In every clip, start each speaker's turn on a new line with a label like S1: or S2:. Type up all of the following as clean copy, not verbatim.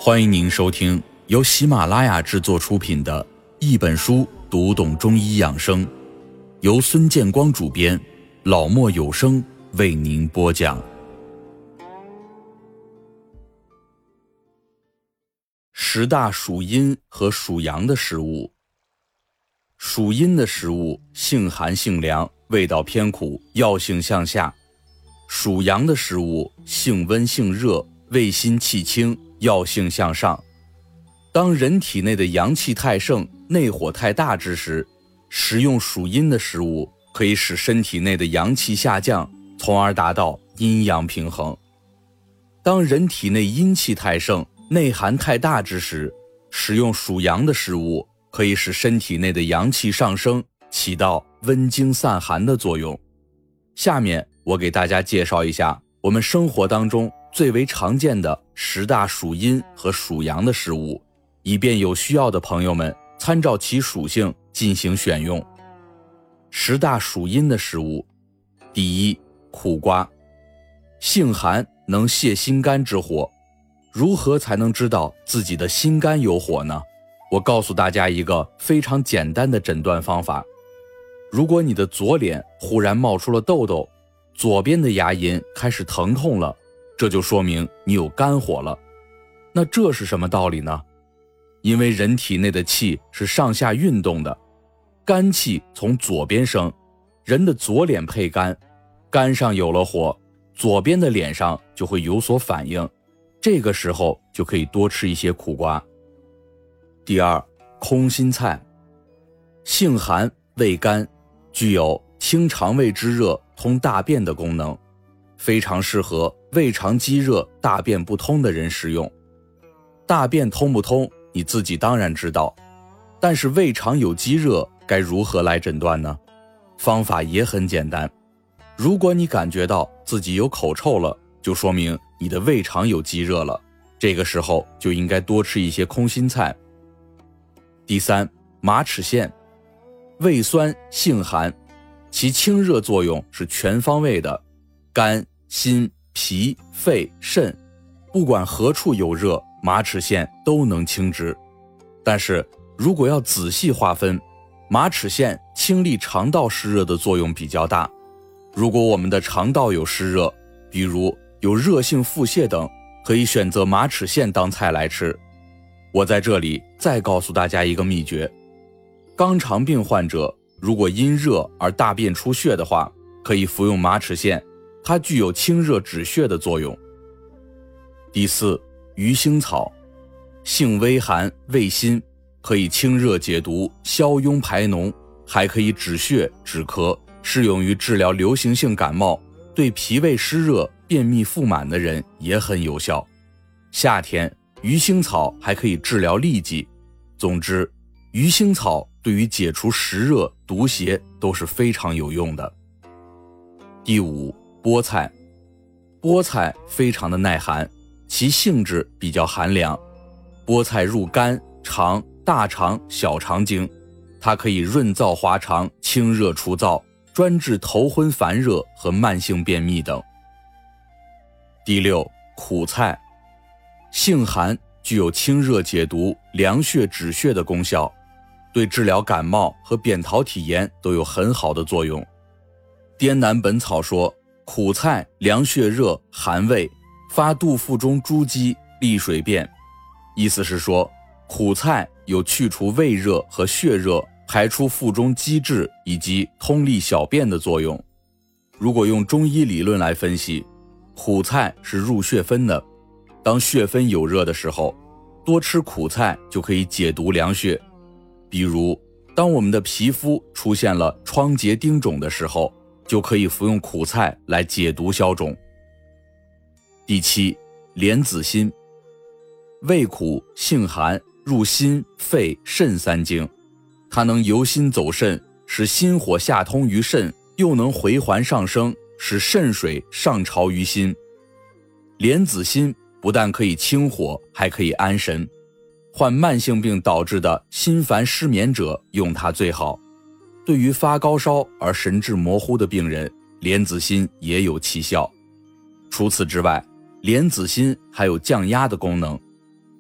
S1: 欢迎您收听由喜马拉雅制作出品的一本书读懂中医养生，由孙建光主编，老墨有声为您播讲。10大属阴和属阳的食物。属阴的食物性寒性凉，味道偏苦，药性向下；属阳的食物性温性热，味辛气轻，药性向上。当人体内的阳气太盛，内火太大之时，食用属阴的食物可以使身体内的阳气下降，从而达到阴阳平衡。当人体内阴气太盛，内寒太大之时，食用属阳的食物可以使身体内的阳气上升，起到温经散寒的作用。下面我给大家介绍一下我们生活当中最为常见的10大属阴和属阳的食物，以便有需要的朋友们参照其属性进行选用。10大属阴的食物。第一，苦瓜。性寒，能泻心肝之火。如何才能知道自己的心肝有火呢？我告诉大家一个非常简单的诊断方法。如果你的左脸忽然冒出了痘痘，左边的牙龈开始疼痛了，这就说明你有肝火了。那这是什么道理呢？因为人体内的气是上下运动的，肝气从左边生，人的左脸配肝，肝上有了火，左边的脸上就会有所反应，这个时候就可以多吃一些苦瓜。第二，空心菜。性寒，味甘，具有清肠胃之热，通大便的功能，非常适合胃肠积热、大便不通的人食用。大便通不通，你自己当然知道，但是胃肠有积热，该如何来诊断呢？方法也很简单。如果你感觉到自己有口臭了，就说明你的胃肠有积热了，这个时候就应该多吃一些空心菜。第三，马齿苋。味酸，性寒，其清热作用是全方位的，肝、心、脾、肺、肾，不管何处有热，马齿苋都能清之。但是如果要仔细划分，马齿苋清利肠道湿热的作用比较大。如果我们的肠道有湿热，比如有热性腹泻等，可以选择马齿苋当菜来吃。我在这里再告诉大家一个秘诀，肛肠病患者如果因热而大便出血的话，可以服用马齿苋，它具有清热止血的作用。第四，鱼腥草。性微寒，味辛，可以清热解毒，消痈排脓，还可以止血止咳，适用于治疗流行性感冒，对脾胃湿热、便秘腹满的人也很有效。夏天鱼腥草还可以治疗痢疾。总之，鱼腥草对于解除湿热、毒邪都是非常有用的。第五，菠菜。菠菜非常的耐寒，其性质比较寒凉。菠菜入肝、肠、大肠、小肠经，它可以润燥滑肠，清热除燥，专治头昏烦热和慢性便秘等。第六，苦菜。性寒，具有清热解毒、凉血止血的功效，对治疗感冒和扁桃体炎都有很好的作用。滇南本草说，苦菜凉血热、寒胃，发肚腹中诸积，利水便。意思是说，苦菜有去除胃热和血热，排出腹中积滞以及通利小便的作用。如果用中医理论来分析，苦菜是入血分的，当血分有热的时候，多吃苦菜就可以解毒凉血。比如当我们的皮肤出现了疮结钉肿的时候，就可以服用苦菜来解毒消肿。第七，莲子心。味苦，性寒，入心、肺、肾三经，它能由心走肾，使心火下通于肾，又能回环上升，使肾水上潮于心。莲子心不但可以清火，还可以安神。患慢性病导致的心烦失眠者用它最好。对于发高烧而神志模糊的病人，莲子心也有奇效。除此之外，莲子心还有降压的功能。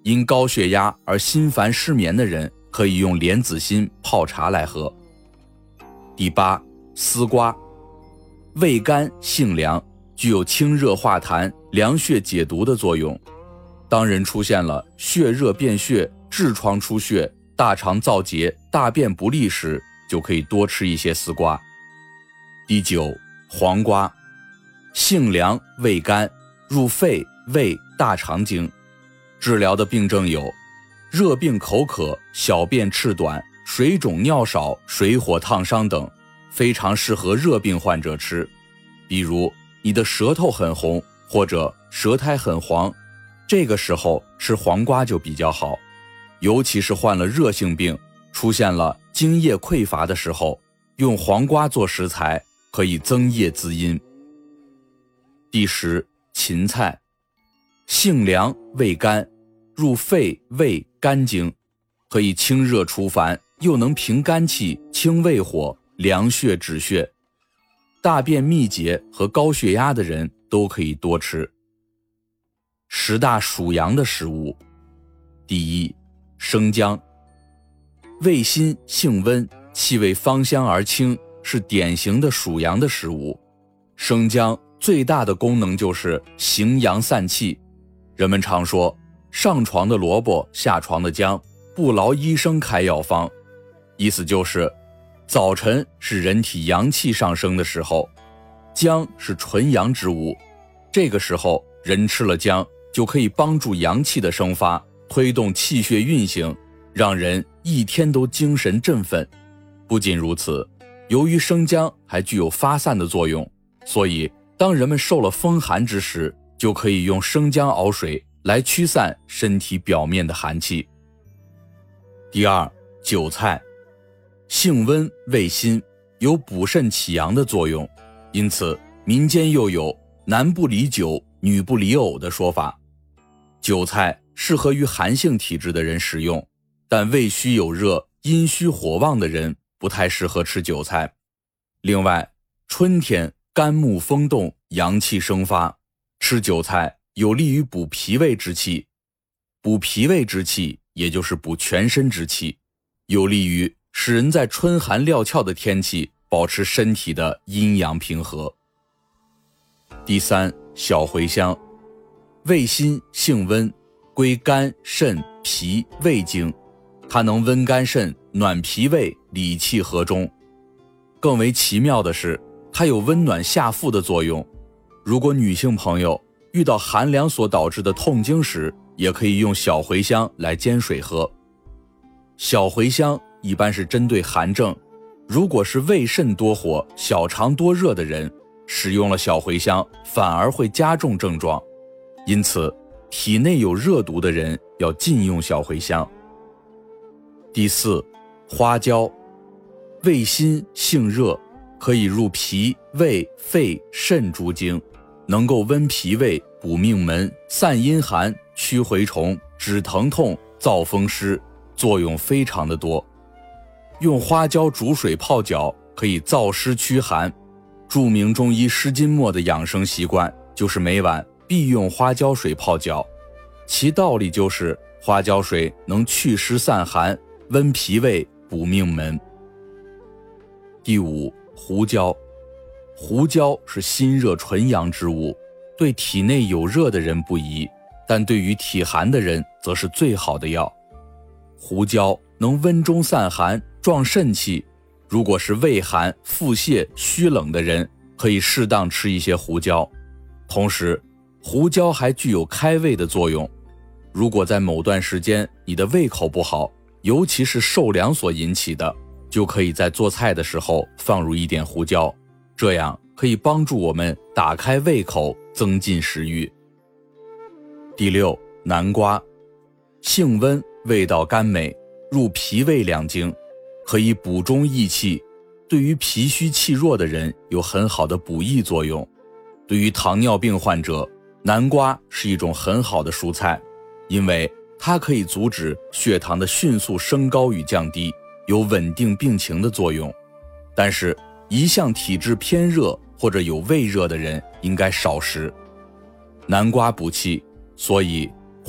S1: 因高血压而心烦失眠的人可以用莲子心泡茶来喝。第8，丝瓜，味甘性凉，具有清热化痰、凉血解毒的作用。当人出现了血热变血、痔疮出血、大肠燥结、大便不利时，就可以多吃一些丝瓜。第9，黄瓜，性凉味甘，入肺、胃、大肠经，治疗的病症有热病口渴、小便赤短、水肿尿少、水火烫伤等，非常适合热病患者吃。比如你的舌头很红或者舌苔很黄，这个时候吃黄瓜就比较好，尤其是患了热性病，出现了津液匮乏的时候，用黄瓜做食材可以增液滋阴。第10，芹菜，性凉味甘，入肺、胃、肝经，可以清热除烦，又能平肝气、清胃火、凉血止血。大便秘结和高血压的人都可以多吃。10大属阳的食物。第1，生姜，味辛性温，气味芳香而清，是典型的属阳的食物。生姜最大的功能就是行阳散气。人们常说，上床的萝卜下床的姜，不劳医生开药方。意思就是早晨是人体阳气上升的时候，姜是纯阳之物，这个时候人吃了姜就可以帮助阳气的生发，推动气血运行，让人一天都精神振奋。不仅如此，由于生姜还具有发散的作用，所以当人们受了风寒之时，就可以用生姜熬水来驱散身体表面的寒气。第2，韭菜，性温味辛，有补肾启阳的作用，因此民间又有男不离韭，女不离藕的说法。韭菜适合于寒性体质的人食用，但胃虚有热、阴虚火旺的人不太适合吃韭菜。另外，春天肝木风动，阳气生发，吃韭菜有利于补脾胃之气。补脾胃之气也就是补全身之气，有利于使人在春寒料峭的天气保持身体的阴阳平和。第3，小茴香，味辛性温，归肝肾脾胃经，它能温肝肾、暖脾胃、理气和中。更为奇妙的是，它有温暖下腹的作用。如果女性朋友遇到寒凉所导致的痛经时，也可以用小茴香来煎水喝。小茴香一般是针对寒症，如果是胃肾多火、小肠多热的人，使用了小茴香反而会加重症状，因此体内有热毒的人要禁用小茴香。第4，花椒，味辛性热，可以入脾、胃、肺、肾诸经，能够温脾胃、补命门、散阴寒、驱蛔虫、止疼痛、燥风湿，作用非常的多。用花椒煮水泡脚，可以燥湿驱寒。著名中医施金墨的养生习惯就是每晚必用花椒水泡脚，其道理就是花椒水能祛湿散寒，温脾胃，补命门。第5，胡椒，胡椒是辛热纯阳之物，对体内有热的人不宜，但对于体寒的人则是最好的药。胡椒能温中散寒，壮肾气，如果是胃寒、腹泻、虚冷的人，可以适当吃一些胡椒。同时，胡椒还具有开胃的作用。如果在某段时间你的胃口不好，尤其是受凉所引起的，就可以在做菜的时候放入一点胡椒，这样可以帮助我们打开胃口，增进食欲。第6，南瓜，性温，味道甘美，入脾胃两经，可以补中益气，对于脾虚气弱的人有很好的补益作用。对于糖尿病患者，南瓜是一种很好的蔬菜，因为它可以阻止血糖的迅速升高与降低，有稳定病情的作用。但是一向体质偏热或者有胃热的人应该少食。南瓜补气，所以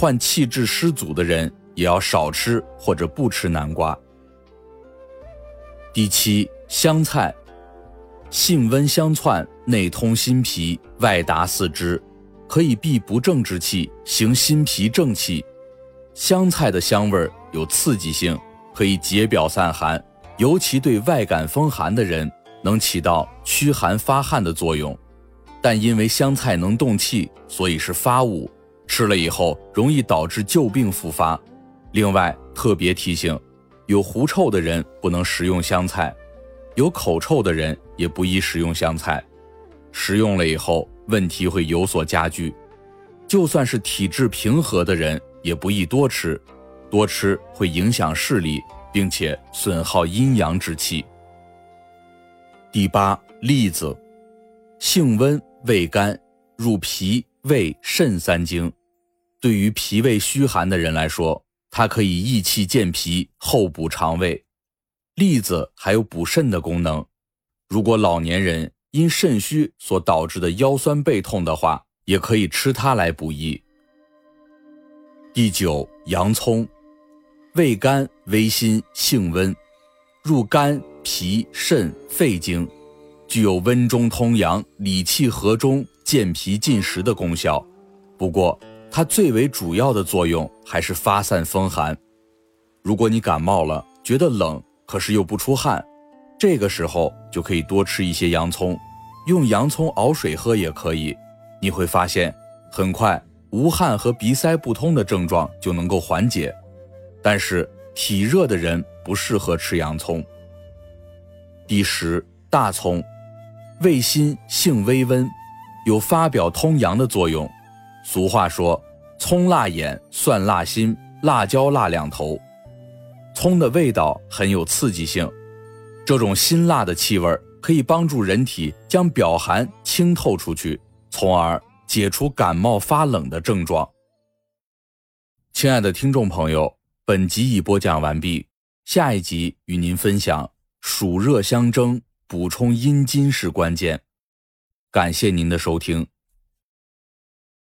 S1: 患气滞湿阻的人也要少吃或者不吃南瓜。第7，香菜，性温香窜，内通心脾，外达四肢，可以避不正之气，行心脾正气。香菜的香味有刺激性，可以解表散寒，尤其对外感风寒的人能起到驱寒发汗的作用。但因为香菜能动气，所以是发物，吃了以后容易导致旧病复发。另外特别提醒，有狐臭的人不能食用香菜，有口臭的人也不宜食用香菜，食用了以后问题会有所加剧。就算是体质平和的人也不宜多吃，多吃会影响视力，并且损耗阴阳之气。第8，栗子，性温，味甘，入脾、胃、肾3经。对于脾胃虚寒的人来说，它可以益气健脾，厚补肠胃。栗子还有补肾的功能，如果老年人因肾虚所导致的腰酸背痛的话，也可以吃它来补益。第9，洋葱，味甘，微辛，性温，入肝、脾、肾、肺经，具有温中通阳、理气和中、健脾进食的功效。不过它最为主要的作用还是发散风寒。如果你感冒了，觉得冷，可是又不出汗，这个时候就可以多吃一些洋葱，用洋葱熬水喝也可以。你会发现很快无汗和鼻塞不通的症状就能够缓解。但是体热的人不适合吃洋葱。第10，大葱，味辛，性微温，有发表通阳的作用。俗话说，葱辣眼，蒜辣心，辣椒辣两头。葱的味道很有刺激性，这种辛辣的气味可以帮助人体将表寒清透出去，从而解除感冒发冷的症状。亲爱的听众朋友，本集已播讲完毕，下一集与您分享暑热相争，补充阴津是关键。感谢您的收听。